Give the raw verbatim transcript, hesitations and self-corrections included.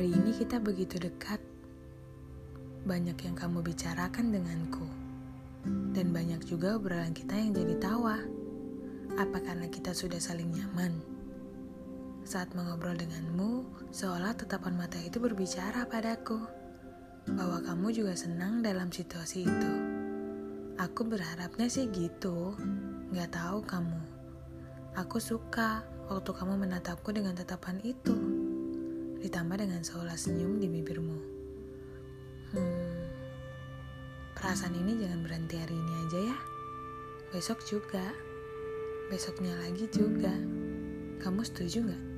Hari ini kita begitu dekat. Banyak yang kamu bicarakan denganku. Dan banyak juga obrolan kita yang jadi tawa. Apa karena kita sudah saling nyaman? Saat mengobrol denganmu, seolah tatapan mata itu berbicara padaku. Bahwa kamu juga senang dalam situasi itu. Aku berharapnya sih gitu. Gak tahu kamu. Aku suka waktu kamu menatapku dengan tatapan itu. Ditambah dengan seolah senyum di bibirmu. Hmm, perasaan ini jangan berhenti hari ini aja ya. Besok juga. Besoknya lagi juga. Kamu setuju gak?